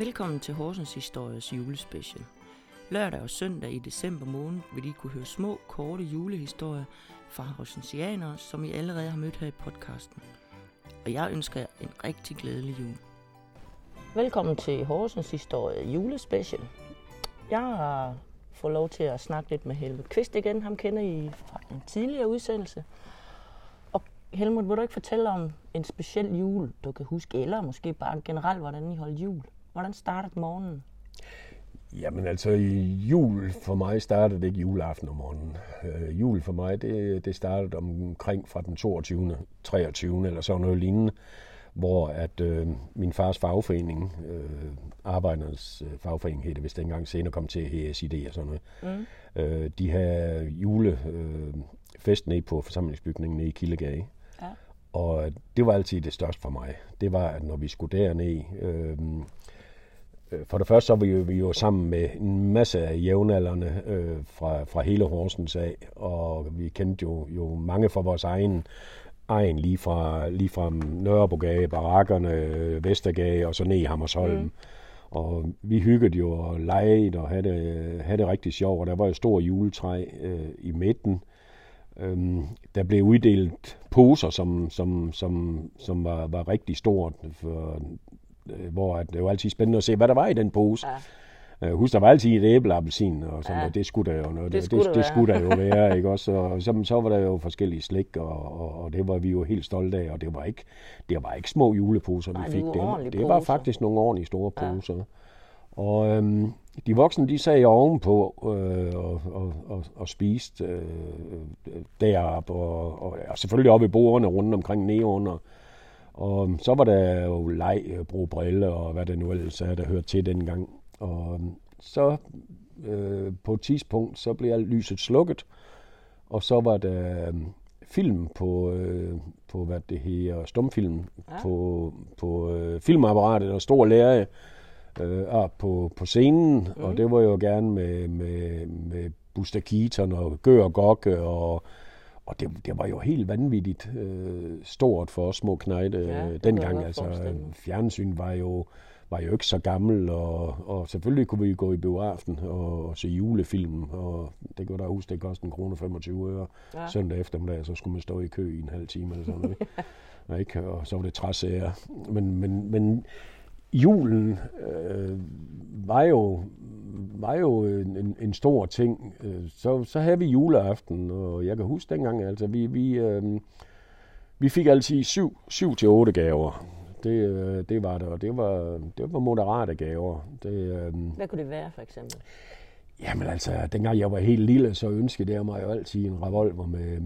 Velkommen til Horsens Histories julespecial. Lørdag og søndag i december måned vil I kunne høre små, korte julehistorier fra horsensianere, som I allerede har mødt her i podcasten. Og jeg ønsker jer en rigtig glædelig jul. Velkommen til Horsens Historie julespecial. Jeg har fået lov til at snakke lidt med Helmut Kvist igen. Ham kender I fra en tidligere udsendelse. Og Helmut, vil du ikke fortælle om en speciel jul, du kan huske, eller måske bare generelt, hvordan I holdt jul? Hvordan startede morgenen? Jamen altså, jul for mig startede ikke juleaften om morgenen. Jul for mig, det startede omkring fra den 22. 23. eller sådan noget lignende, hvor at min fars fagforening, Arbejdernes fagforening hed det vist dengang, senere kom til HSID og sådan noget, de havde julefest nede på forsamlingsbygningen nede i Kildegade. Ja. Og det var altid det største for mig. Det var, at når vi skulle derned, for det første så var vi jo sammen med en masse af jævnaldrende fra hele Horsens af, og vi kendte jo mange fra vores egen lige fra Nørrebrogade, Barakkerne, Vestergade og så ned i Hammersholm. Og vi hyggede jo og legede og havde det rigtig sjovt, og der var jo stor juletræ i midten. Der blev uddelt poser, som var rigtig stort, hvor det var altid spændende at se, hvad der var i den pose. Ja. Husk, der var altid et æbleappelsin, og sådan noget. Det skulle der jo noget. Det skulle der jo være, ikke også? Og så var der jo forskellige slik, og det var vi jo helt stolte af, og det var ikke små juleposer, vi fik. Det var faktisk nogle ordentlige store poser. Ja. Og de voksne, de sad ovenpå og spiste deroppe, og selvfølgelig oppe i bordene rundt omkring neoner. Og så var der jo leg, brug brille og hvad det nu ellers er, der hørte til dengang. Og så på et tidspunkt, så blev lyset slukket, og så var der film på hvad det hedder, stumfilm, på filmapparatet og stor lærer på scenen, og det var jo gerne med Buster Keaton og Gør og Gokke, og det var jo helt vanvittigt stort for os små knejte dengang. Altså, fjernsyn var jo ikke så gammel, og selvfølgelig kunne vi gå i biografen og se julefilm, og det kunne der huske, det kostede 1,25 kr. Søndag eftermiddag, så skulle man stå i kø i en halv time eller sådan noget. Ikke? Og så var det træsager. Men julen var jo en stor ting. Så havde vi juleaften, og jeg kan huske dengang, altså vi fik altid 7 til 8 gaver. Det var det, og det var moderate gaver. Hvad kunne det være, for eksempel? Jamen altså, dengang jeg var helt lille, så ønskede jeg mig jo altid en revolver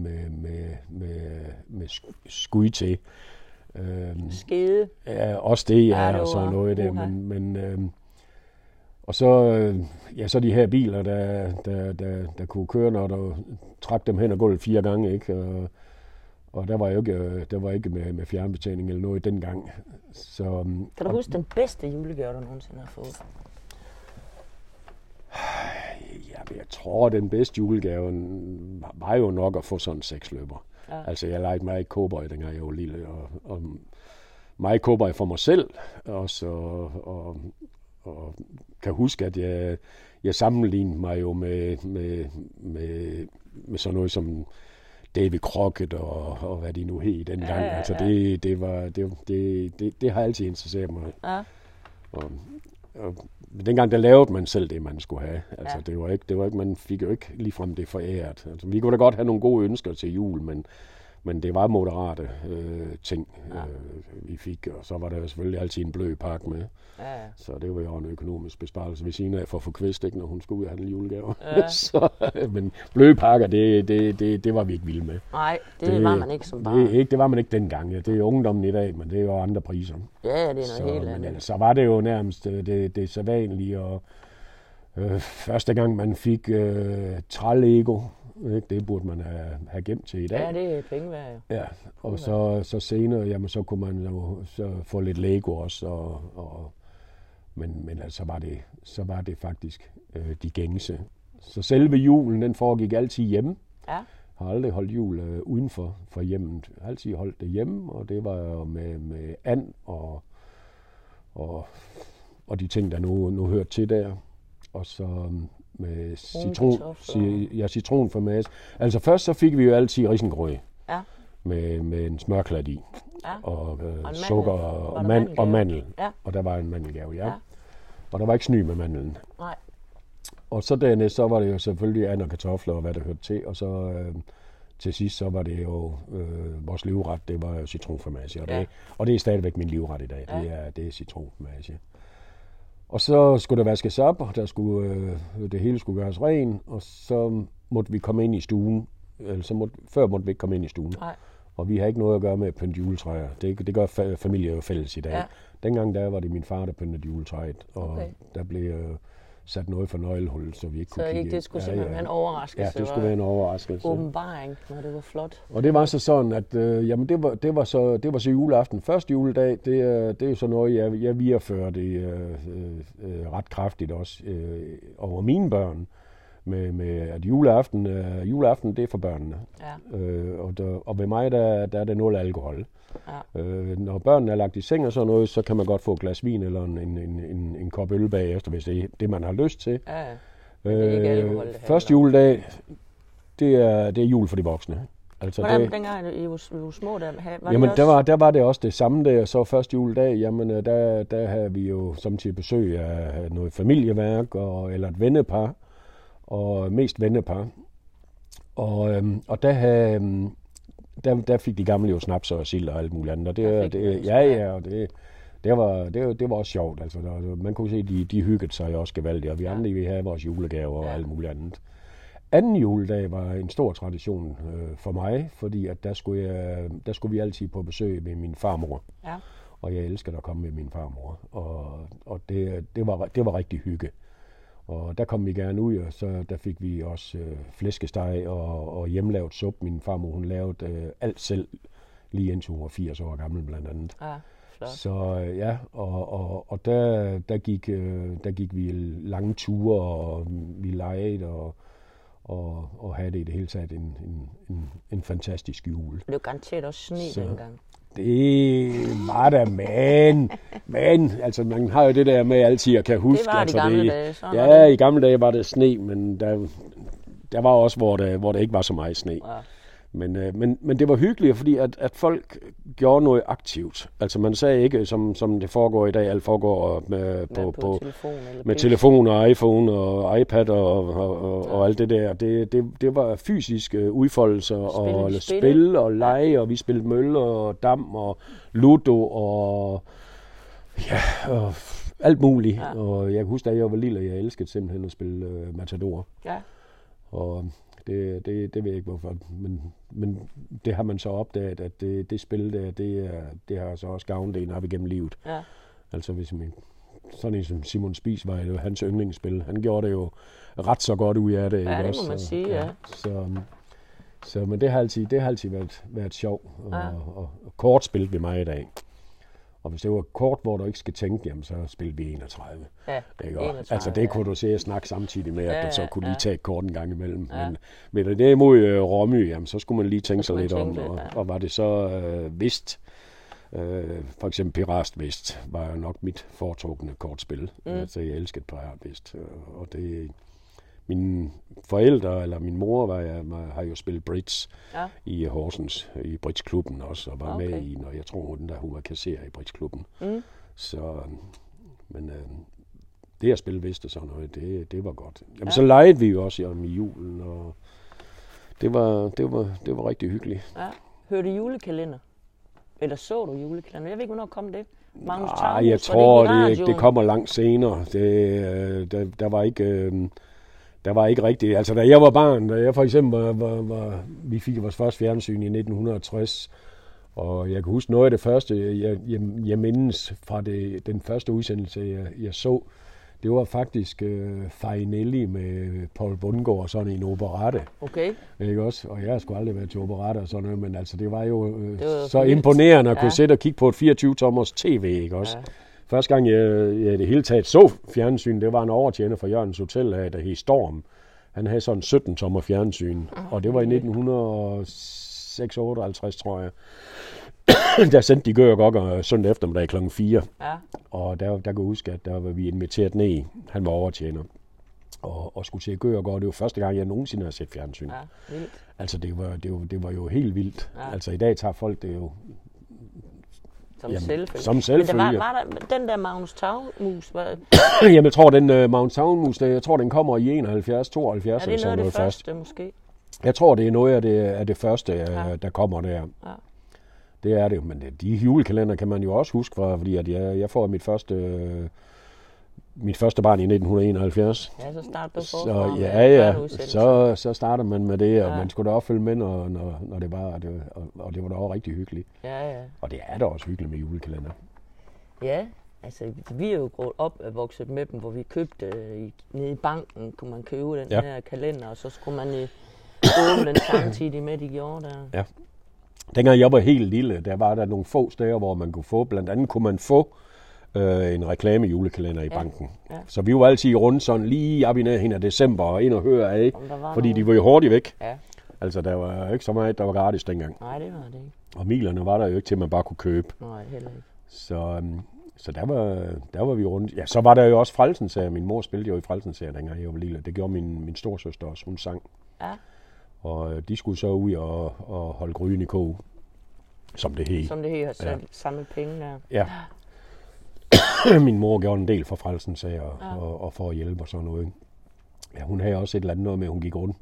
med skud til. Skede. Ja, også det, og sådan noget der, men og så de her biler, der kunne køre, når du trak dem hen og gulvet 4 gange, ikke? Og der var ikke med fjernbetjening eller noget dengang. Så, kan du huske den bedste julegave, du nogensinde har fået? Ja, jeg tror, den bedste julegave var jo nok at få sådan en 6-løber. Ja. Altså, jeg legede mig i cowboy, dengang jeg var lille, og mig cowboy for mig selv også, og kan huske, at jeg sammenlignede mig jo med sådan noget som David Crockett og hvad de nu hed dengang. Ja. Altså, det har altid interesseret mig. Ja. Og dengang der lavede man selv det, man skulle have. Altså, det var ikke, man fik jo ikke ligefrem det foræret. Altså, vi kunne da godt have nogle gode ønsker til jul, men det var moderate ting, vi fik. Og så var der jo selvfølgelig altid en blød pakke med. Ja. Så det var jo en økonomisk besparelse ved siden af for at få Kvist, ikke, når hun skulle ud og have en julegave. Ja. Men bløde pakker, det var vi ikke vilde med. Nej, det var man ikke som barn. Det var man ikke dengang. Ja. Det er ungdommen i dag, men det er jo andre priser. Ja, det er noget helt andet. Men så var det jo nærmest det sædvanlige. Og første gang man fik træ-Lego, det burde man have gemt til i dag. Ja, det er penge værd, jo. Ja, og så senere, jamen, så kunne man jo så få lidt Lego også, men altså så var det faktisk de gængse. Så selve julen, den foregik altid hjemme. Ja. Har aldrig holdt jul uden for hjemmet. Altid holdt det hjemme, og det var med and og og de ting, der nu hørte til der. Og så med citronformage. Altså først så fik vi jo altid risengrød med en smørklat i. Ja. Og sukker og mandel. Ja. Og der var en mandelgave, ja. Og der var ikke sny med mandelen. Nej. Og så dernæst, så var det jo selvfølgelig and og kartofler og hvad der hørte til. Og så til sidst, så var det jo vores livret, det var jo citronformage. Og det er stadigvæk min livret i dag, det er citronformage. Og så skulle der vaskes op, og det hele skulle gøres ren, og så måtte vi komme ind i stuen. Før måtte vi ikke komme ind i stuen. Nej. Og vi har ikke noget at gøre med at pynte juletræer. Det gør familie jo fælles i dag. Ja. Dengang der var det min far, der pyntede juletræet, og der blev sat noget for nøglehullet, så vi ikke kunne kigge. Så det skulle simpelthen være en overraskelse? Ja, det skulle være en overraskelse. Åbenbaring, når det var flot. Og det var så sådan, at det var så juleaften. Første juledag, det er jo sådan noget, jeg viderefører det ret kraftigt også over mine børn. Med at juleaften, det er for børnene. Ja. Og ved mig, der er det 0 alkohol. Ja. Når børnene er lagt i seng og sådan noget, så kan man godt få et glas vin eller en kop øl bagefter, hvis det er det, man har lyst til. Ja. Det er ikke alkohol, det første juledag, det er jul for de voksne. Altså dengang I var små, der var det også det samme der. Så første juledag, jamen der havde vi jo samtidig besøg af noget familieværk eller et vennepar. Og mest vennepar. Og der fik de gamle jo snaps og sild og alt muligt andet. Og det var også sjovt. Altså, man kunne se, at de hyggede sig også gevaldigt, og vi andre ville have vores julegaver og alt muligt andet. Anden juledag var en stor tradition for mig, fordi at der skulle vi altid på besøg med min farmor. Ja. Og jeg elskede at komme med min farmor. Og det var rigtig hygge. Og der kom vi gerne ud, og så der fik vi også flæskesteg og hjemmelavet suppe. Min farmor, hun lavede alt selv, lige indtil hun var 80 år gammel blandt andet. Ja, flot. Så ja, og der gik vi lange ture, og vi legede, og havde det i det hele taget en fantastisk jul. Det blev garanteret også sne dengang. Det var der, men altså man har jo det der med altid at kan huske. Det var altså, de gamle dage. I gamle dage var det sne, men der var også, hvor der ikke var så meget sne. Ja. Men det var hyggeligt, fordi at folk gjorde noget aktivt. Altså man sagde ikke, som det foregår i dag, alt foregår med telefon og iPhone og iPad og alt det der. Det var fysisk udfoldelser og spil og lege, og vi spillede møller og dam og ludo og alt muligt. Ja. Og jeg kan huske, da jeg var lille, jeg elskede simpelthen at spille Matador. Ja. Og det ved jeg ikke hvorfor, men det har man så opdaget, at det spil der, det har så også gavnet en op igennem livet. Ja. Altså hvis sådan en som Simon Spies var jo hans yndlingsspil. Han gjorde det jo ret så godt ud af det. Ja, det må man sige, ja. Så men det har altid været sjov og kortspil ved mig i dag. Og hvis det var kort, hvor du ikke skal tænke, jamen så spiller vi 31. Ja, 31, altså det kunne du se at snakke samtidig med, at du så kunne lige tage et kort en gang imellem. Ja. Men det imod Rommy, jamen så skulle man lige tænke sig lidt om. Og var det så Vist, for eksempel Pirat Vist, var jo nok mit foretrukne kortspil. Altså jeg elskede Pirat Vist. Og det mine forældre, eller min mor, har jo spillet bridge i Horsens, i bridgeklubben også, og var med i, når jeg tror, hun var kasserer i bridgeklubben. Så, men det at spille Vist og sådan noget, det var godt. Jamen, så legede vi jo også i julen, og det var rigtig hyggeligt. Ja. Hørte julekalender? Eller så du julekalender? Jeg ved ikke, hvornår kom det? Magnus Taunus, jeg tror, det kommer langt senere. Der var ikke rigtigt. Altså, da jeg var barn, da jeg for eksempel vi fik vores første fjernsyn i 1960, og jeg kan huske noget af det første, jeg mindes fra den første udsendelse, jeg så, det var faktisk Farinelli med Paul Bundgaard og sådan en operette. Okay. Ikke også? Og jeg har sgu aldrig været til operette og sådan noget, men altså, det var jo så imponerende at kunne sætte og kigge på et 24-tommers tv, ikke også? Ja. Første gang jeg det hele taget så fjernsyn, det var en overtjener fra Jørgens Hotel, der hed Storm. Han havde sådan 17-tommer fjernsyn, og det var i 1956, tror jeg. der sendte de Gør og Gokker søndag eftermiddag kl. 4. Ja. Og der kan jeg huske, at der var vi inviteret ned. Han var overtjener. Og skulle se Gør og Gokker. Det var første gang, jeg nogensinde har set fjernsyn. Ja, vildt. Altså, det var jo helt vildt. Ja. Altså, i dag tager folk det jo... Som selvfølge. Men var der den der Magnus Tavmus? Jamen, jeg tror, den Magnus Tavmus, jeg tror, den kommer i 71, 72. Er det noget af det første, måske? Jeg tror, det er noget af det første, der kommer der. Ja. Det er det, men de julekalender kan man jo også huske fra, fordi at jeg får mit første barn i 1971. Ja, så starter du så starter man med det, og man skulle da også følge med, når det var, og det var da også rigtig hyggeligt. Ja. Og det er da også hyggeligt med julekalender. Ja, altså vi er jo vokset med dem, hvor vi købte nede i banken, kunne man købe den her kalender, og så skulle man åbne den samtidig med, de gjorde der. Ja. Dengang jeg var helt lille, der var der nogle få steder, hvor man kunne få, blandt andet kunne man få en reklame julekalender i banken. Ja. Så vi var altid rundt sådan lige op i nærheden af december og ind og høre af, fordi de var jo hurtigt væk. Ja. Altså der var ikke så meget, der var gratis dengang. Nej, det var det ikke. Og milerne var der jo ikke til, at man bare kunne købe. Nej, heller ikke. Så der var vi rundt. Ja, så var der jo også Frelsensager. Min mor spillede jo i Frelsensager, dengang jeg var lille. Det gjorde min storsøster også. Hun sang. Ja. Og de skulle så ud og holde gryden i kog, som det hed. Som det hed, og samle penge der. Ja. Min mor gjorde en del for Frelsensager og for at hjælpe og sådan noget. Ja, hun havde også et eller andet noget med, hun gik rundt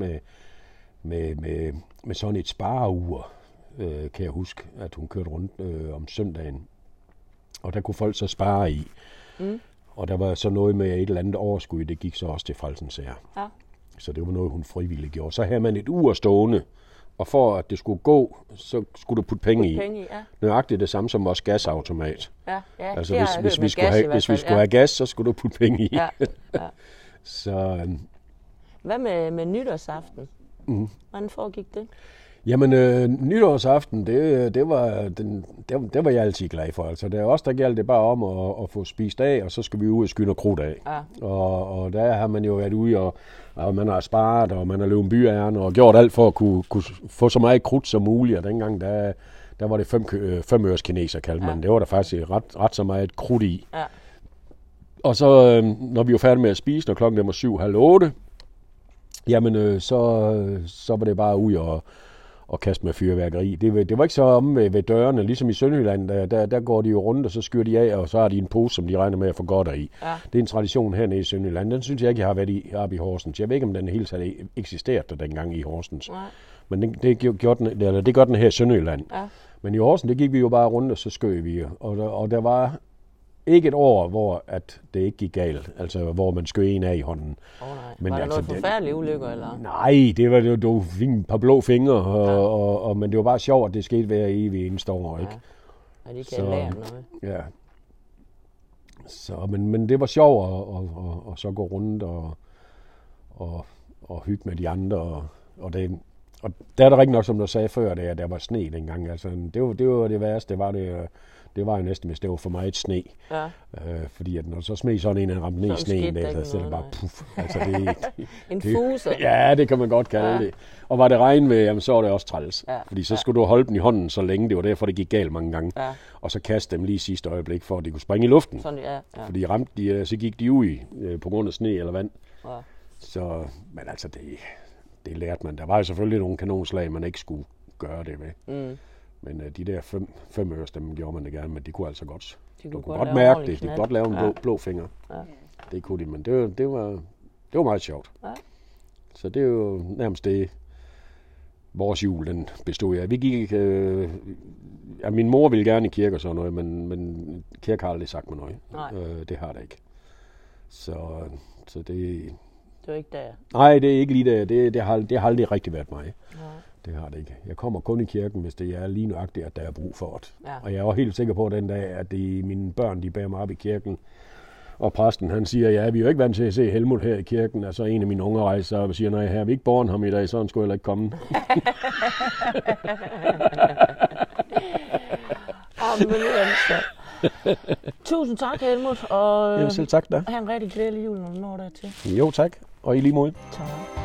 med sådan et spareur, kan jeg huske, at hun kørte rundt om søndagen. Og der kunne folk så spare i. Mm. Og der var så noget med et eller andet overskud, det gik så også til Frelsensager. Ja. Så det var noget, hun frivilligt gjorde. Så havde man et ur stående, og for at det skulle gå, så skulle du putte penge i. Nøjagtigt det samme som vores gasautomat. Ja, altså hvis vi skulle have gas, så skulle du putte penge i. Ja. Så, hvad med nytårsaften? Hvordan foregik det? Jamen, nytårsaften, det var jeg altid glad for. Altså, det er også der galt det bare om at få spist af, og så skal vi ud og skyde noget krudt af. Ja. Og der har man jo været ude, og man har sparet, og man har løbet byærne, og gjort alt for at kunne få så meget krudt som muligt. Og dengang, der var det 5 øres kineser, kaldte man. Det var der faktisk ret så meget krudt i. Ja. Og så, når vi var færdige med at spise, når klokken var 7:30, jamen, så var det bare ud og kaste med fyrværkeri. Det var ikke så om ved dørene, ligesom i Sønderjylland, der går de jo rundt, og så skyder de af, og så har de en pose, som de regner med at få godt i. Ja. Det er en tradition hernede i Sønderjylland. Den synes jeg ikke, jeg har været oppe i Horsens. Jeg ved ikke, om den helt taget eksisterede der dengang i Horsens. Ja. Men det gør den her i Sønderjylland. Ja. Men i Horsens, det gik vi jo bare rundt, og så skød vi. Og der var ikke et år, hvor at det ikke gik galt, altså hvor man skød en af i hånden. Nej. Men var der noget forfærdelige ulykker, eller? Nej, det var jo, du fik et par blå fingre, men det var bare sjovt, at det skete hver evig eneste år, ikke? Ja, de kan lære noget. Ja. Så, men det var sjovt at så gå rundt og hygge med de andre, og der er der rigtig nok, som du sagde før, at der var sne dengang. Altså, det var det værste, det var jo næsten, hvis det var for meget sne. Ja. Fordi at når så smed sådan en ramte ned i sneen, så er det bare puff. Altså, en fuser. Ja, det kan man godt kalde det. Og var det regnvejr, jamen, så var det også træls. Ja. Fordi så skulle du holde dem i hånden så længe, det var derfor, det gik galt mange gange. Ja. Og så kaste dem lige i sidste øjeblik, for at de kunne springe i luften. Sådan, ja. Fordi ramte de, så gik de ud på grund af sne eller vand. Ja. Så, men altså, det lærte man. Der var jo selvfølgelig nogle kanonslag, man ikke skulle gøre det ved. Mm. Men de der 5 øres, dem gjorde man det gerne, men de kunne altså godt. Du kunne godt mærke det. De kunne godt lave en blå finger. Ja. Det kunne de, men det var meget sjovt. Ja. Så det er jo nærmest det, vores jul, den bestod af. Vi gik min mor ville gerne i kirke og sådan noget, men kirke har aldrig sagt mig noget. Det har det ikke. Så det... Det er ikke der? Nej, det er ikke lige der. Det har aldrig rigtig været mig. Ja. Det har det ikke. Jeg kommer kun i kirken, hvis det er lige nøjagtigt, at der er brug for det. Ja. Og jeg er også helt sikker på den dag, at mine børn, de bærer mig op i kirken. Og præsten, han siger, ja, vi er jo ikke vant til at se Helmut her i kirken. Og så en af mine unger rejser op og siger, nej, her er vi ikke borgen ham i dag, så han skulle heller ikke komme. Tusind tak, Helmut. Og selv tak da. Ha' en rigtig glædelig jul, når du når dertil. Jo, tak. Og i lige måde. Tak.